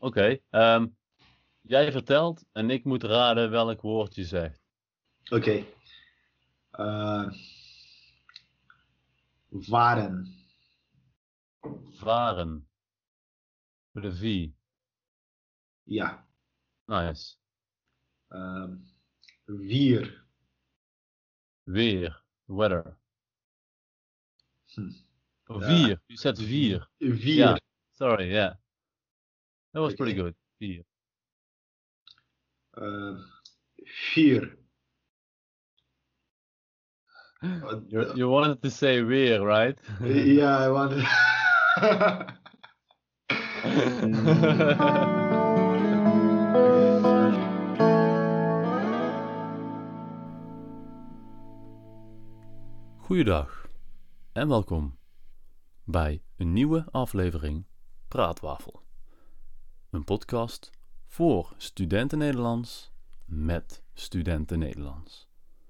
Oké. Jij vertelt en ik moet raden welk woord je zegt. Oké. Waren. Varen. Met een V. Ja. Nice. Wier. Weer. Weather. Oh, Ja. vier. You said vier. Vier. Yeah. Sorry, yeah. That was pretty Oké. good. Vier. Vier. You wanted to say weer, right? Ja, I wanted. Goeiedag en welkom bij een nieuwe aflevering Praatwafel. Een podcast voor studenten Nederlands met studenten Nederlands.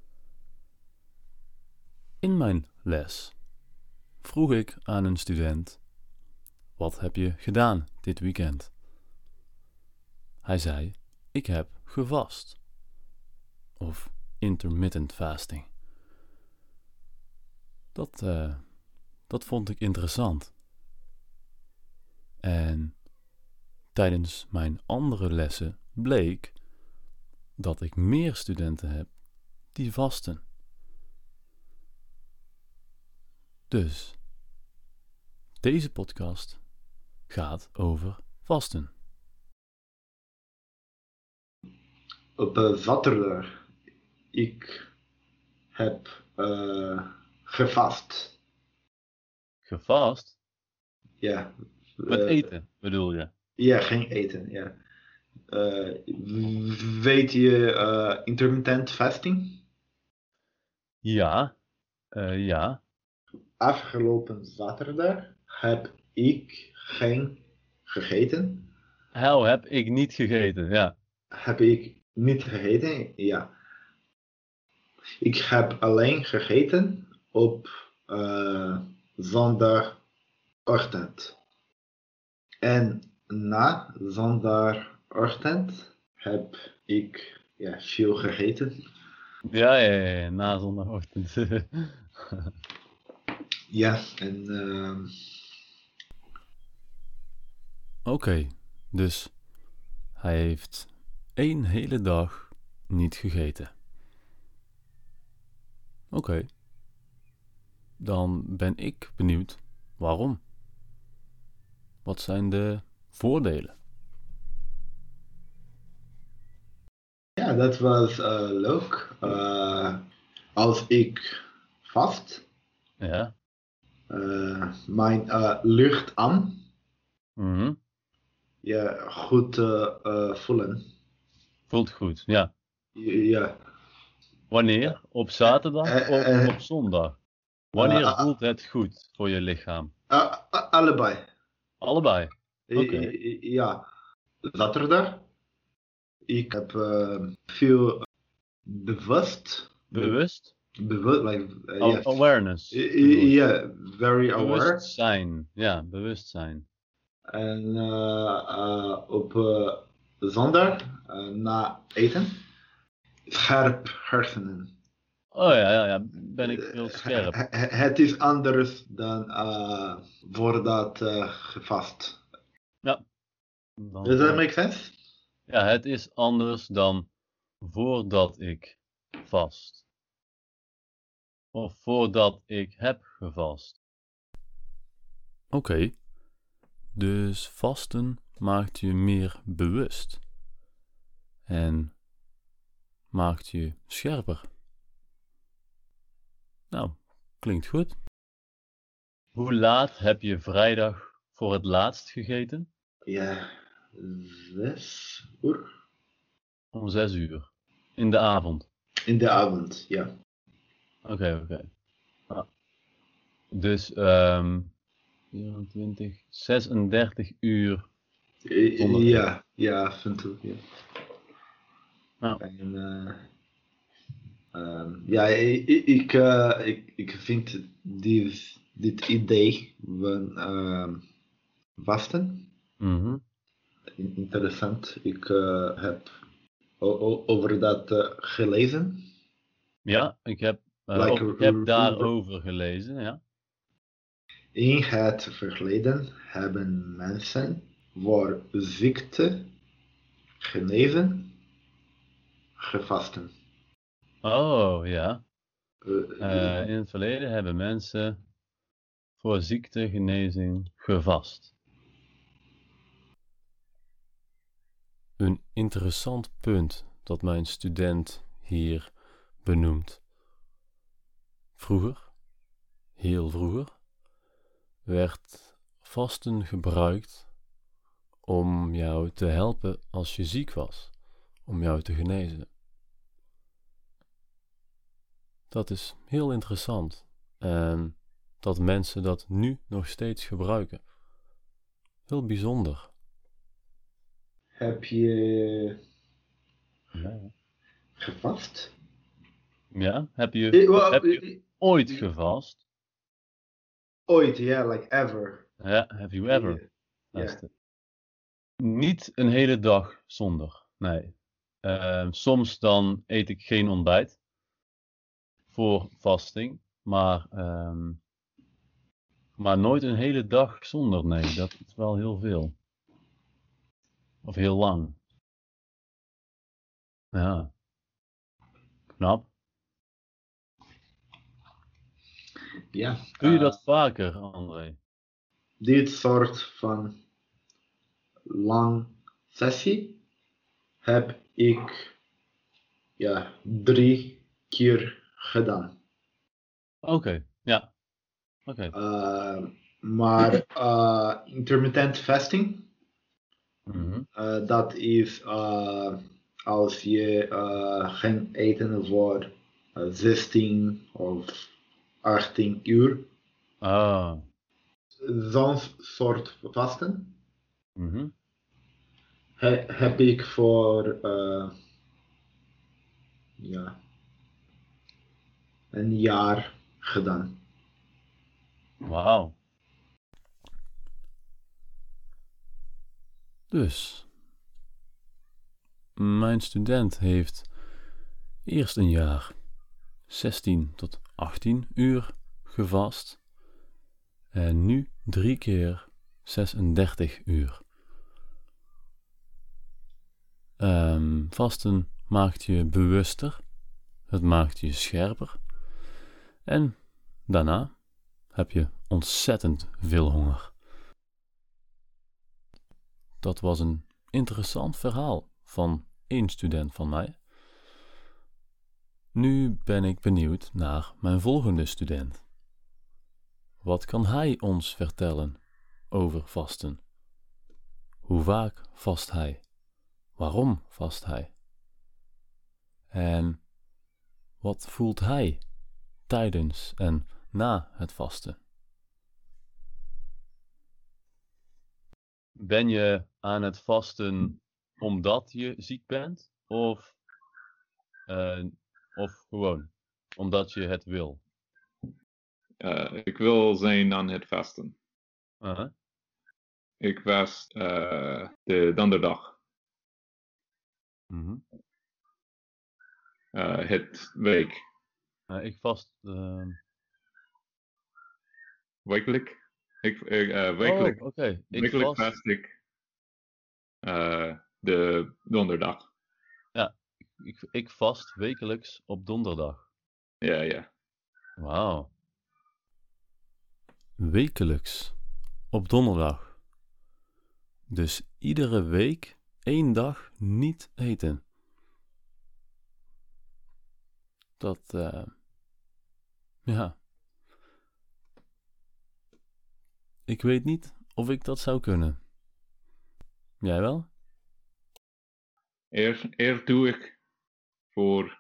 In mijn les vroeg ik aan een student: wat heb je gedaan dit weekend? Hij zei: ik heb gevast. Of intermittent fasting. Dat vond ik interessant. En tijdens mijn andere lessen bleek dat ik meer studenten heb die vasten. Dus deze podcast gaat over vasten. Op zaterdag. Ik heb gevast. Gevast? Ja. Met eten bedoel je? Ja, geen eten. Ja. Weet je intermittent fasting? Ja. Ja. Afgelopen zaterdag heb ik geen gegeten. Hel heb ik niet gegeten, ja. Heb ik niet gegeten? Ja. Ik heb alleen gegeten op zondagochtend. En na zondagochtend heb ik veel gegeten. Ja, na zondagochtend. Ja, en Oké, dus hij heeft 1 hele dag niet gegeten. Oké, dan ben ik benieuwd waarom. Wat zijn de voordelen? ja, dat was leuk. Als ik vast, Ja. mijn lucht aan, Mhm. ja, goed voelen. Voelt goed, ja. Ja. Wanneer? Op zaterdag of op zondag? Wanneer voelt het goed voor je lichaam? Allebei. Allebei. Oké. Ja, zaterdag. Ik heb veel bewust. Bewust? Like, yes. Awareness. Yeah, very aware. Bewustzijn. Ja, bewustzijn. En op zondag, na eten, scherp hersenen. Oh ja, ben ik heel scherp. Het is anders dan voordat gevast. Ja. Does that make sense? Ja, het is anders dan voordat ik vast. Of voordat ik heb gevast. Oké. Dus vasten maakt je meer bewust. En maakt je scherper. Nou, klinkt goed. Hoe laat heb je vrijdag voor het laatst gegeten? Ja, 6 uur. Om 6 uur. In de avond. In de avond, ja. Oké. Ah. Dus 24, 36 uur. Ja, vind ik. Ja. Nou. En, ik vind dit idee van vasten interessant. Ik heb over dat gelezen. Ja, ik heb daarover gelezen, ja. In het verleden hebben mensen voor ziekte genezen gevasten. Oh, ja. Uh, In het verleden hebben mensen voor ziektegenezing gevast. Een interessant punt dat mijn student hier benoemt. Vroeger, heel vroeger, werd vasten gebruikt om jou te helpen als je ziek was, om jou te genezen. Dat is heel interessant en dat mensen dat nu nog steeds gebruiken. Heel bijzonder. Heb je gevast? Ja, heb je ooit gevast? Ooit, ja, like ever. Ja, have you ever fasted? Niet een hele dag zonder, nee. Soms dan eet ik geen ontbijt voor vasting, maar nooit een hele dag zonder, nee. Dat is wel heel veel. Of heel lang. Ja. Knap. Ja. Doe je dat vaker, André? Dit soort van lang sessie heb ik 3 keer gedaan. Oké, ja. Oké. Maar intermittent fasting, Mhm. dat is als je geen eten voor 16 of 18 uur. Ah. Zo'n soort vasten Mhm. heb ik voor een jaar gedaan. Wauw. Dus, mijn student heeft eerst een jaar 16 tot 18 uur gevast en nu 3 keer 36 uur. Vasten maakt je bewuster, het maakt je scherper en daarna heb je ontzettend veel honger. Dat was een interessant verhaal van één student van mij. Nu ben ik benieuwd naar mijn volgende student. Wat kan hij ons vertellen over vasten? Hoe vaak vast hij? Waarom vast hij? En wat voelt hij tijdens en na het vasten? Ben je aan het vasten omdat je ziek bent of gewoon omdat je het wil? Ik wil zijn aan het vasten. Uh-huh. Ik vast de donderdag. Mm-hmm. Het week. Ik vast wekelijk. Wekelijk. Oh, oké. Wekelijk vast ik de donderdag. Ja, ik vast wekelijks op donderdag. Ja. Wauw. Wekelijks op donderdag. Dus iedere week 1 dag niet eten. Dat, ja. Ik weet niet of ik dat zou kunnen. Jij wel? Eerst doe ik voor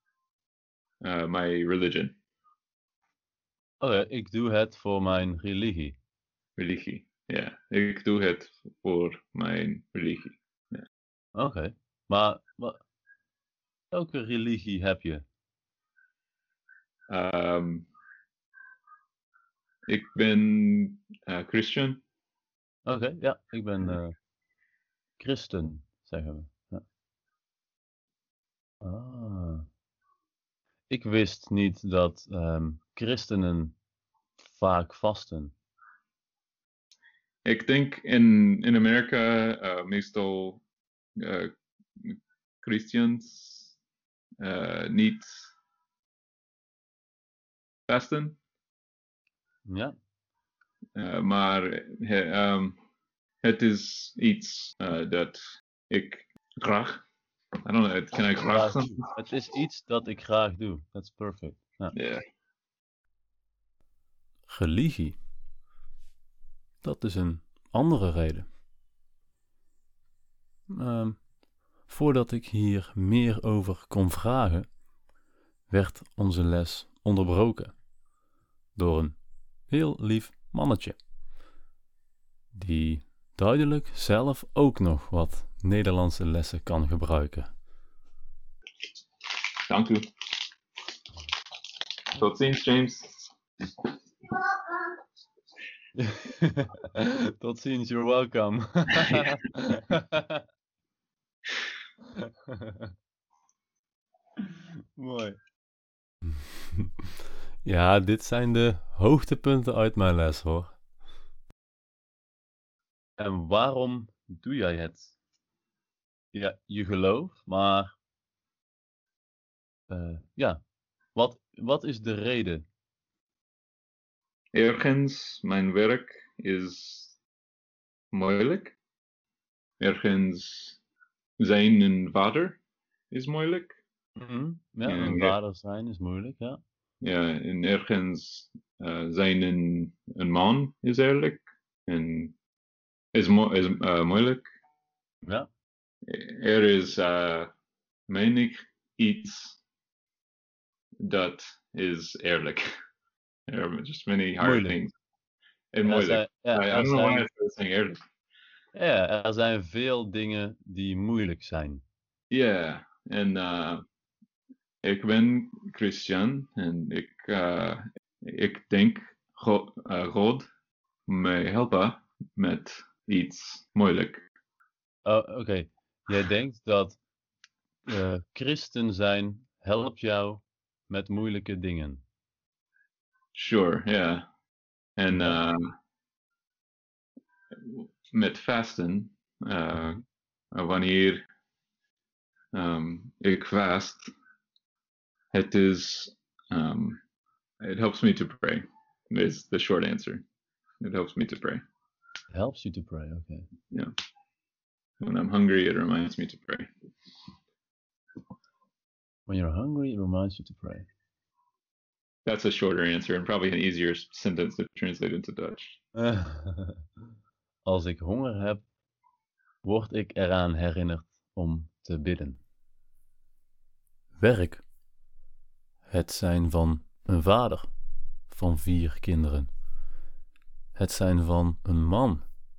mijn religion. Oké, ik doe het voor mijn religie. Religie, ja. Ik doe het voor mijn religie. Ja. Oké, maar welke religie heb je? Ik ben Christian. Oké, ja, ik ben christen, zeggen we. Ja. Ah. Ik wist niet dat christenen vaak vasten. Ik denk in Amerika meestal Christians niet vasten. Ja, Maar het is iets dat ik graag. I don't know, can I graag something? het is iets dat ik graag doe. That's perfect. Ja. Yeah. Religie. Dat is een andere reden. Voordat ik hier meer over kon vragen, werd onze les onderbroken door een heel lief mannetje, die duidelijk zelf ook nog wat Nederlandse lessen kan gebruiken. Dank u. Tot ziens, James. Tot ziens, you're welcome. Mooi. Ja, dit zijn de hoogtepunten uit mijn les, hoor. En waarom doe jij het? Ja, je gelooft, maar ja, wat is de reden? Ergens, mijn werk is moeilijk. Ergens, zijn een vader is moeilijk. Ja, En een vader zijn is moeilijk, ja. Ja, en ergens zijn een man is eerlijk en is moeilijk. Ja, Er is menig iets dat is eerlijk. There are just many hard Moeilijk. things. En moeilijk. I don't know why I started saying eerlijk. Ja, er zijn veel dingen die moeilijk zijn. Ja, en ik ben Christian en ik denk God mij helpen met iets moeilijk. Oké. Jij denkt dat christen zijn helpt jou met moeilijke dingen. Sure, yeah. En met vasten, wanneer ik vast, het is, it helps me to pray, is the short answer. It helps me to pray. It helps you to pray, okay. Yeah. When I'm hungry, it reminds me to pray. When you're hungry, it reminds you to pray. That's a shorter answer and probably an easier sentence to translate into Dutch. Als ik honger heb, word ik eraan herinnerd om te bidden. Werk. Het zijn van een vader van 4 kinderen. Het zijn van een man.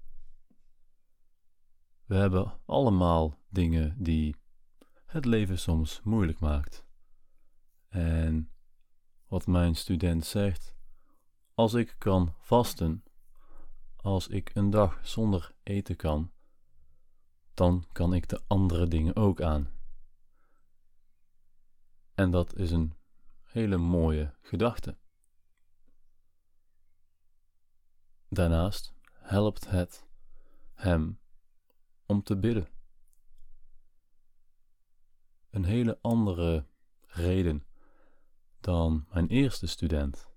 We hebben allemaal dingen die het leven soms moeilijk maakt. En wat mijn student zegt, als ik kan vasten, als ik een dag zonder eten kan, dan kan ik de andere dingen ook aan. En dat is een hele mooie gedachte. Daarnaast helpt het hem om te bidden. Een hele andere reden dan mijn eerste student.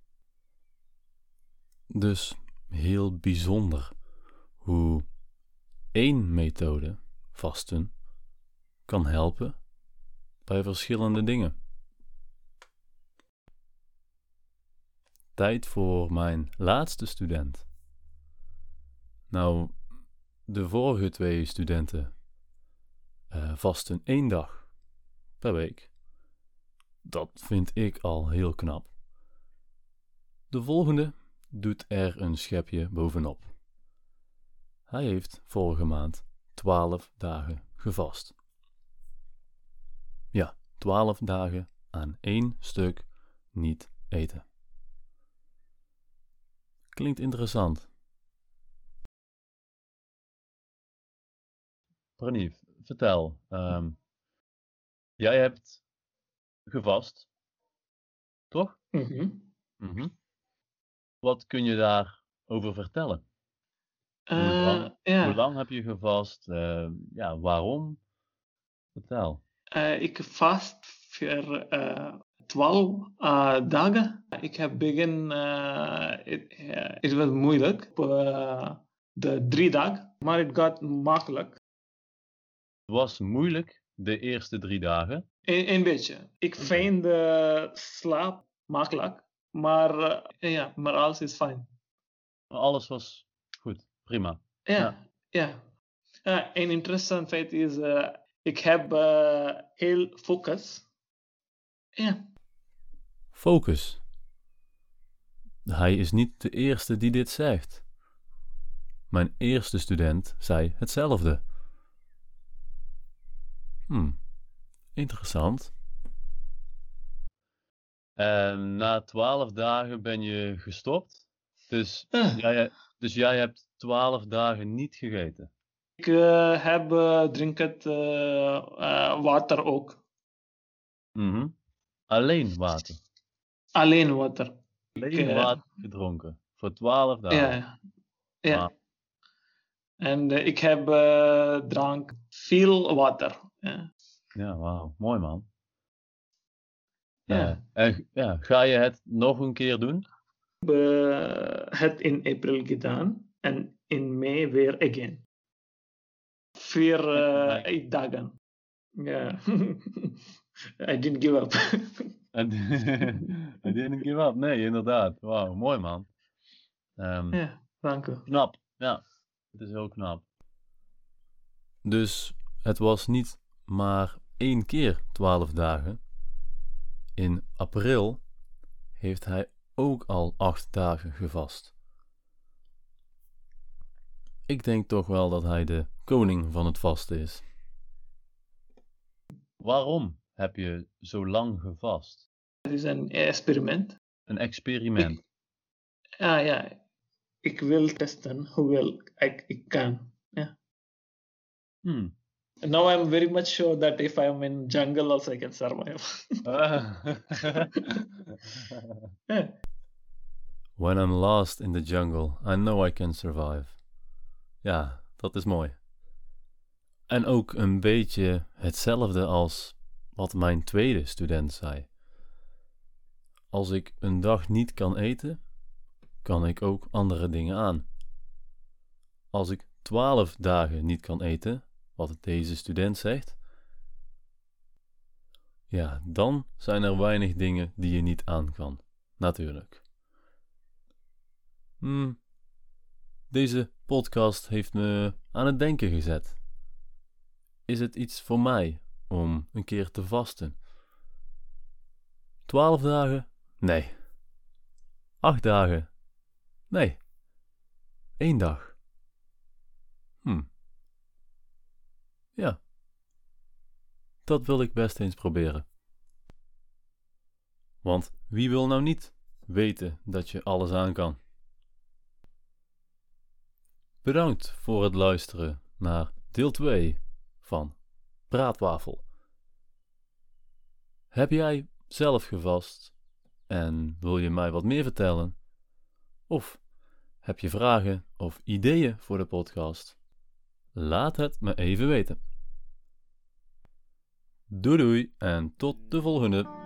Dus heel bijzonder hoe 1 methode, vasten, kan helpen bij verschillende dingen. Tijd voor mijn laatste student. Nou, de vorige 2 studenten vasten 1 dag per week. Dat vind ik al heel knap. De volgende doet er een schepje bovenop. Hij heeft vorige maand 12 dagen gevast. Ja, 12 dagen aan 1 stuk niet eten. Klinkt interessant. Pranief, vertel. Jij hebt gevast, toch? Mhm. Mhm. Wat kun je daarover vertellen? Hoe Ja, lang heb je gevast? Ja, waarom? Vertel. ik vast voor 12 dagen. Ik heb begin, het was moeilijk, de 3 dagen, maar het gaat makkelijk. Het was moeilijk de eerste 3 dagen. Een beetje. Ik vind de slaap makkelijk, maar ja, maar alles is fijn. Maar alles was goed, prima. Ja. Een interessant feit is, ik heb heel focus. Ja. Focus. Hij is niet de eerste die dit zegt. Mijn eerste student zei hetzelfde. Interessant. En na 12 dagen ben je gestopt. Dus jij hebt 12 dagen niet gegeten. Ik heb drinken water ook. Alleen water. Alleen water. Alleen water gedronken. Voor 12 dagen. Ja. Wow. En ik heb drank veel water. Ja, wauw. Mooi man. Ja. En ga je het nog een keer doen? Ik heb het in april gedaan en in mei weer again. 8 dagen. Ja. I didn't give up. I didn't give up. Nee, inderdaad. Wauw, mooi man. Ja, dank u. Knap. Ja, het is heel knap. Dus het was niet maar 1 keer 12 dagen. In april heeft hij ook al 8 dagen gevast. Ik denk toch wel dat hij de koning van het vasten is. Waarom heb je zo lang gevast? Het is een experiment. Een experiment. Ja. Ik wil testen hoeveel ik kan. Ja. Now I'm very much sure that if I'm in jungle also I can survive. When I'm lost in the jungle, I know I can survive. Ja, dat is mooi. En ook een beetje hetzelfde als wat mijn tweede student zei. Als ik een dag niet kan eten, kan ik ook andere dingen aan. Als ik 12 dagen niet kan eten, wat deze student zegt, ja, dan zijn er weinig dingen die je niet aan kan. Natuurlijk. Deze podcast heeft me aan het denken gezet. Is het iets voor mij om een keer te vasten? 12 dagen? Nee. 8 dagen? Nee. 1 dag. Ja. Dat wil ik best eens proberen. Want wie wil nou niet weten dat je alles aan kan? Bedankt voor het luisteren naar deel 2 van Praatwafel. Heb jij zelf gevast en wil je mij wat meer vertellen? Of heb je vragen of ideeën voor de podcast? Laat het me even weten. Doei doei en tot de volgende.